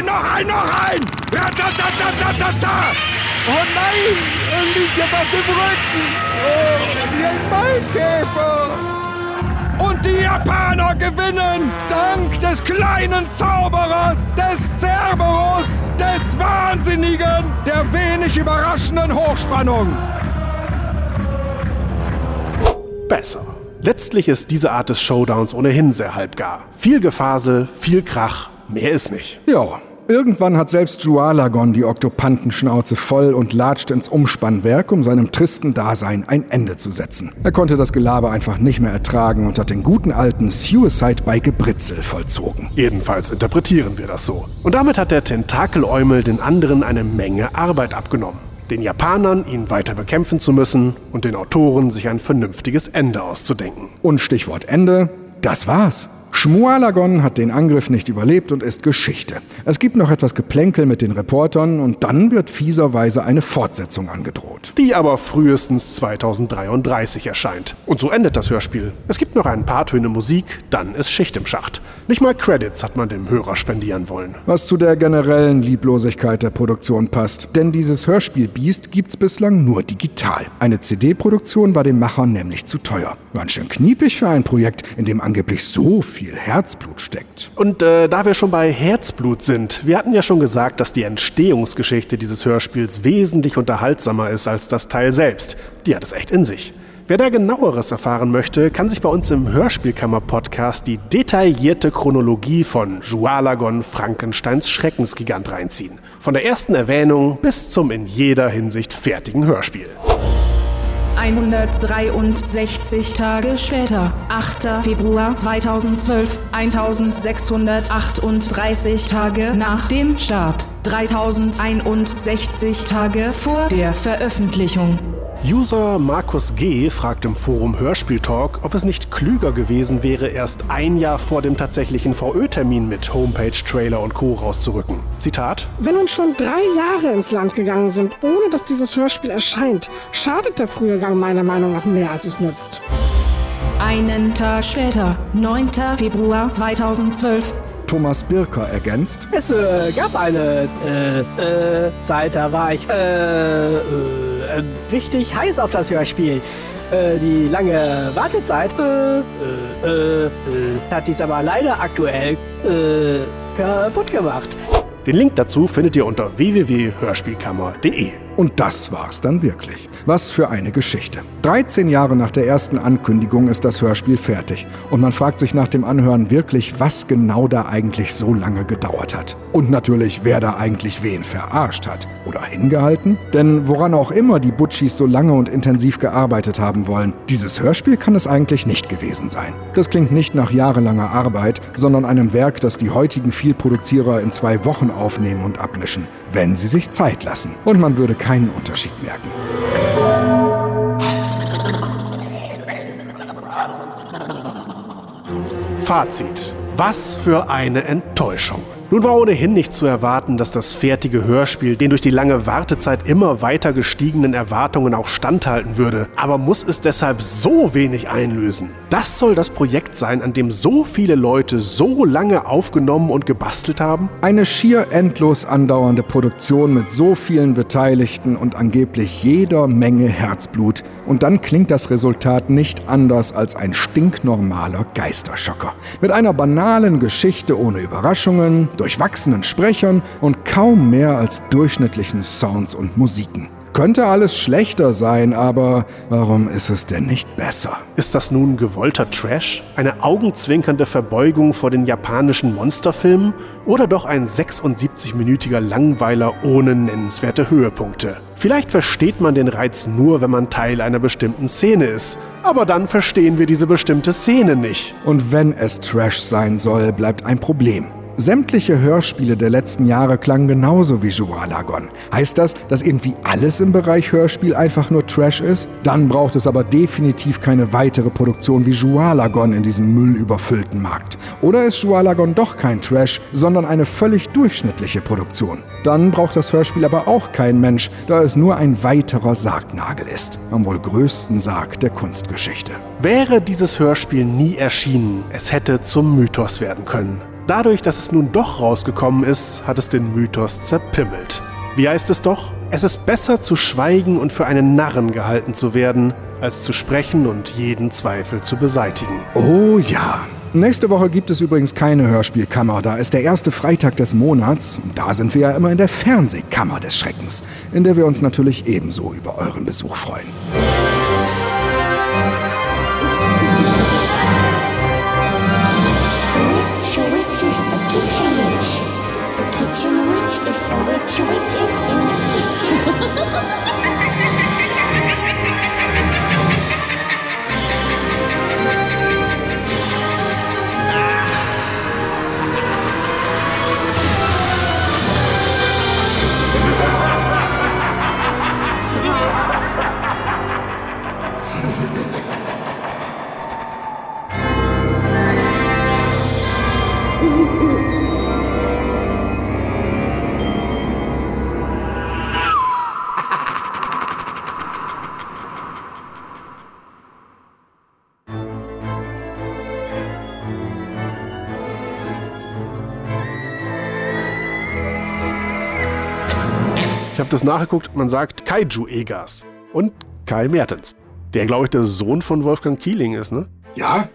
Speaker 1: Ratatatatata! Oh nein! Er liegt jetzt auf dem Rücken! Oh, wie ein Maikäfer! Und die Japaner gewinnen! Dank des kleinen Zauberers, des Cerberus, des Wahnsinnigen, der wenig überraschenden Hochspannung!
Speaker 2: Besser. Letztlich ist diese Art des Showdowns ohnehin sehr halbgar. Viel Gefasel, viel Krach, mehr ist nicht.
Speaker 1: Ja, irgendwann hat selbst Jualagon die Oktopantenschnauze voll und latscht ins Umspannwerk, um seinem tristen Dasein ein Ende zu setzen. Er konnte das Gelaber einfach nicht mehr ertragen und hat den guten alten Suicide by Gebritzel vollzogen.
Speaker 2: Jedenfalls interpretieren wir das so. Und damit hat der Tentakeläumel den anderen eine Menge Arbeit abgenommen. Den Japanern, ihn weiter bekämpfen zu müssen und den Autoren, sich ein vernünftiges Ende auszudenken.
Speaker 1: Und Stichwort Ende, das war's. Shmualagon hat den Angriff nicht überlebt und ist Geschichte. Es gibt noch etwas Geplänkel mit den Reportern und dann wird fieserweise eine Fortsetzung angedroht.
Speaker 2: Die aber frühestens 2033 erscheint. Und so endet das Hörspiel. Es gibt noch ein paar Töne Musik, dann ist Schicht im Schacht. Nicht mal Credits hat man dem Hörer spendieren wollen.
Speaker 1: Was zu der generellen Lieblosigkeit der Produktion passt. Denn dieses Hörspiel-Biest gibt's bislang nur digital. Eine CD-Produktion war dem Macher nämlich zu teuer. Ganz schön kniepig für ein Projekt, in dem angeblich so viel Herzblut steckt.
Speaker 2: Und da wir schon bei Herzblut sind, wir hatten ja schon gesagt, dass die Entstehungsgeschichte dieses Hörspiels wesentlich unterhaltsamer ist als das Teil selbst. Die hat es echt in sich. Wer da Genaueres erfahren möchte, kann sich bei uns im Hörspielkammer-Podcast die detaillierte Chronologie von Jualagon, Frankensteins Schreckensgigant reinziehen. Von der ersten Erwähnung bis zum in jeder Hinsicht fertigen Hörspiel.
Speaker 3: 163 Tage später, 8. Februar 2012, 1638 Tage nach dem Start, 3061 Tage vor der Veröffentlichung.
Speaker 2: User Markus G. fragt im Forum Hörspieltalk, ob es nicht klüger gewesen wäre, erst ein Jahr vor dem tatsächlichen VÖ-Termin mit Homepage, Trailer und Co. rauszurücken. Zitat:
Speaker 8: Wenn uns schon 3 Jahre ins Land gegangen sind, ohne dass dieses Hörspiel erscheint, schadet der frühe Gang meiner Meinung nach mehr, als es nützt.
Speaker 3: Einen Tag später, 9. Februar 2012.
Speaker 1: Thomas Birker ergänzt:
Speaker 4: Es gab eine Zeit, da war ich richtig heiß auf das Hörspiel. Die lange Wartezeit hat dies aber leider aktuell kaputt gemacht.
Speaker 2: Den Link dazu findet ihr unter www.hörspielkammer.de.
Speaker 1: Und das war's dann wirklich. Was für eine Geschichte. 13 Jahre nach der ersten Ankündigung ist das Hörspiel fertig. Und man fragt sich nach dem Anhören wirklich, was genau da eigentlich so lange gedauert hat. Und natürlich, wer da eigentlich wen verarscht hat. Oder hingehalten. Denn woran auch immer die Butchis so lange und intensiv gearbeitet haben wollen, dieses Hörspiel kann es eigentlich nicht gewesen sein. Das klingt nicht nach jahrelanger Arbeit, sondern einem Werk, das die heutigen Vielproduzierer in 2 Wochen aufnehmen und abmischen. Wenn sie sich Zeit lassen. Und man würde keinen Unterschied merken.
Speaker 2: Fazit. Was für eine Enttäuschung. Nun war ohnehin nicht zu erwarten, dass das fertige Hörspiel den durch die lange Wartezeit immer weiter gestiegenen Erwartungen auch standhalten würde. Aber muss es deshalb so wenig einlösen? Das soll das Projekt sein, an dem so viele Leute so lange aufgenommen und gebastelt haben?
Speaker 1: Eine schier endlos andauernde Produktion mit so vielen Beteiligten und angeblich jeder Menge Herzblut. Und dann klingt das Resultat nicht anders als ein stinknormaler Geisterschocker. Mit einer banalen Geschichte ohne Überraschungen, durchwachsenen Sprechern und kaum mehr als durchschnittlichen Sounds und Musiken. Könnte alles schlechter sein, aber warum ist es denn nicht besser?
Speaker 2: Ist das nun gewollter Trash? Eine augenzwinkernde Verbeugung vor den japanischen Monsterfilmen? Oder doch ein 76-minütiger Langweiler ohne nennenswerte Höhepunkte? Vielleicht versteht man den Reiz nur, wenn man Teil einer bestimmten Szene ist. Aber dann verstehen wir diese bestimmte Szene nicht.
Speaker 1: Und wenn es Trash sein soll, bleibt ein Problem. Sämtliche Hörspiele der letzten Jahre klangen genauso wie Joalagon. Heißt das, dass irgendwie alles im Bereich Hörspiel einfach nur Trash ist? Dann braucht es aber definitiv keine weitere Produktion wie Joalagon in diesem müllüberfüllten Markt. Oder ist Joalagon doch kein Trash, sondern eine völlig durchschnittliche Produktion? Dann braucht das Hörspiel aber auch kein Mensch, da es nur ein weiterer Sargnagel ist. Am wohl größten Sarg der Kunstgeschichte.
Speaker 2: Wäre dieses Hörspiel nie erschienen, es hätte zum Mythos werden können. Dadurch, dass es nun doch rausgekommen ist, hat es den Mythos zerpimmelt. Wie heißt es doch? Es ist besser zu schweigen und für einen Narren gehalten zu werden, als zu sprechen und jeden Zweifel zu beseitigen.
Speaker 1: Oh ja. Nächste Woche gibt es übrigens keine Hörspielkammer, da ist der erste Freitag des Monats. Und da sind wir ja immer in der Fernsehkammer des Schreckens, in der wir uns natürlich ebenso über euren Besuch freuen.
Speaker 2: Ich habe das nachgeguckt, man sagt Kaiju Egas und Kai Mertens, der, glaube ich, der Sohn von Wolfgang Kieling ist, ne?
Speaker 1: Ja?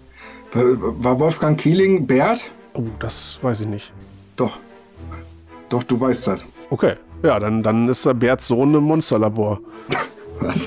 Speaker 1: War Wolfgang Kieling Bert?
Speaker 2: Oh, das weiß ich nicht.
Speaker 1: Doch, du weißt das.
Speaker 2: Okay, ja, dann ist Berts Sohn im Monsterlabor.
Speaker 1: Was?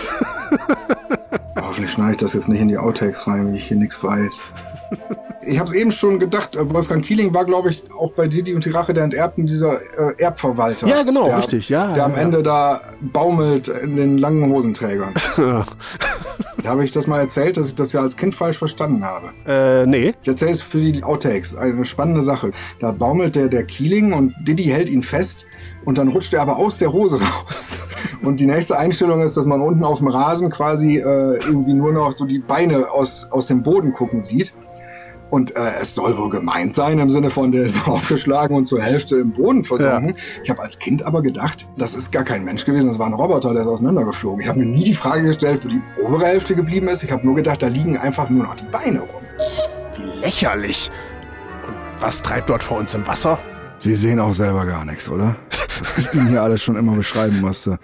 Speaker 1: Hoffentlich schneide ich das jetzt nicht in die Outtakes rein, wenn ich hier nichts weiß. Ich habe es eben schon gedacht, Wolfgang Kieling war, glaube ich, auch bei Didi und die Rache der Enterbten dieser Erbverwalter.
Speaker 2: Ja, genau, richtig, ja.
Speaker 1: Der am Ende da baumelt in den langen Hosenträgern.
Speaker 2: Ja.
Speaker 1: Da habe ich das mal erzählt, dass ich das ja als Kind falsch verstanden habe.
Speaker 2: Nee.
Speaker 1: Ich erzähle es für die Outtakes, eine spannende Sache. Da baumelt der Kieling und Didi hält ihn fest und dann rutscht er aber aus der Hose raus. Und die nächste Einstellung ist, dass man unten auf dem Rasen quasi irgendwie nur noch so die Beine aus dem Boden gucken sieht. Und es soll wohl gemeint sein, im Sinne von, der ist aufgeschlagen und zur Hälfte im Boden versunken. Ja. Ich habe als Kind aber gedacht, das ist gar kein Mensch gewesen, das war ein Roboter, der ist auseinandergeflogen. Ich habe mir nie die Frage gestellt, wo die obere Hälfte geblieben ist. Ich habe nur gedacht, da liegen einfach nur noch die Beine rum.
Speaker 2: Wie lächerlich. Und was treibt dort vor uns im Wasser?
Speaker 1: Sie sehen auch selber gar nichts, oder? Was ich Ihnen hier alles schon immer beschreiben musste.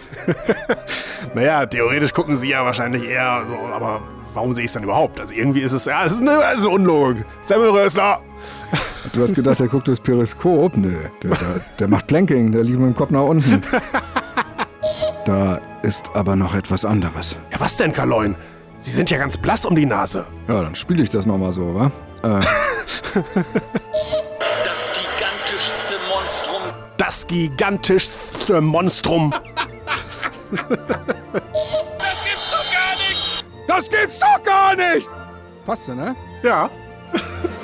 Speaker 2: Naja, theoretisch gucken Sie ja wahrscheinlich eher so, aber warum sehe ich es dann überhaupt? Also irgendwie ist es, es ist eine Unlogik. Semmelrösler!
Speaker 1: Du hast gedacht, der guckt durchs Periskop? Nö, der macht Planking, der liegt mit dem Kopf nach unten. Da ist aber noch etwas anderes.
Speaker 2: Ja, was denn, Karloin? Sie sind ja ganz blass um die Nase.
Speaker 1: Ja, dann spiele ich das nochmal so, wa?
Speaker 2: Das gigantischste Monstrum.
Speaker 1: Das gibt's doch gar nicht! Passt, ne?
Speaker 2: Ja.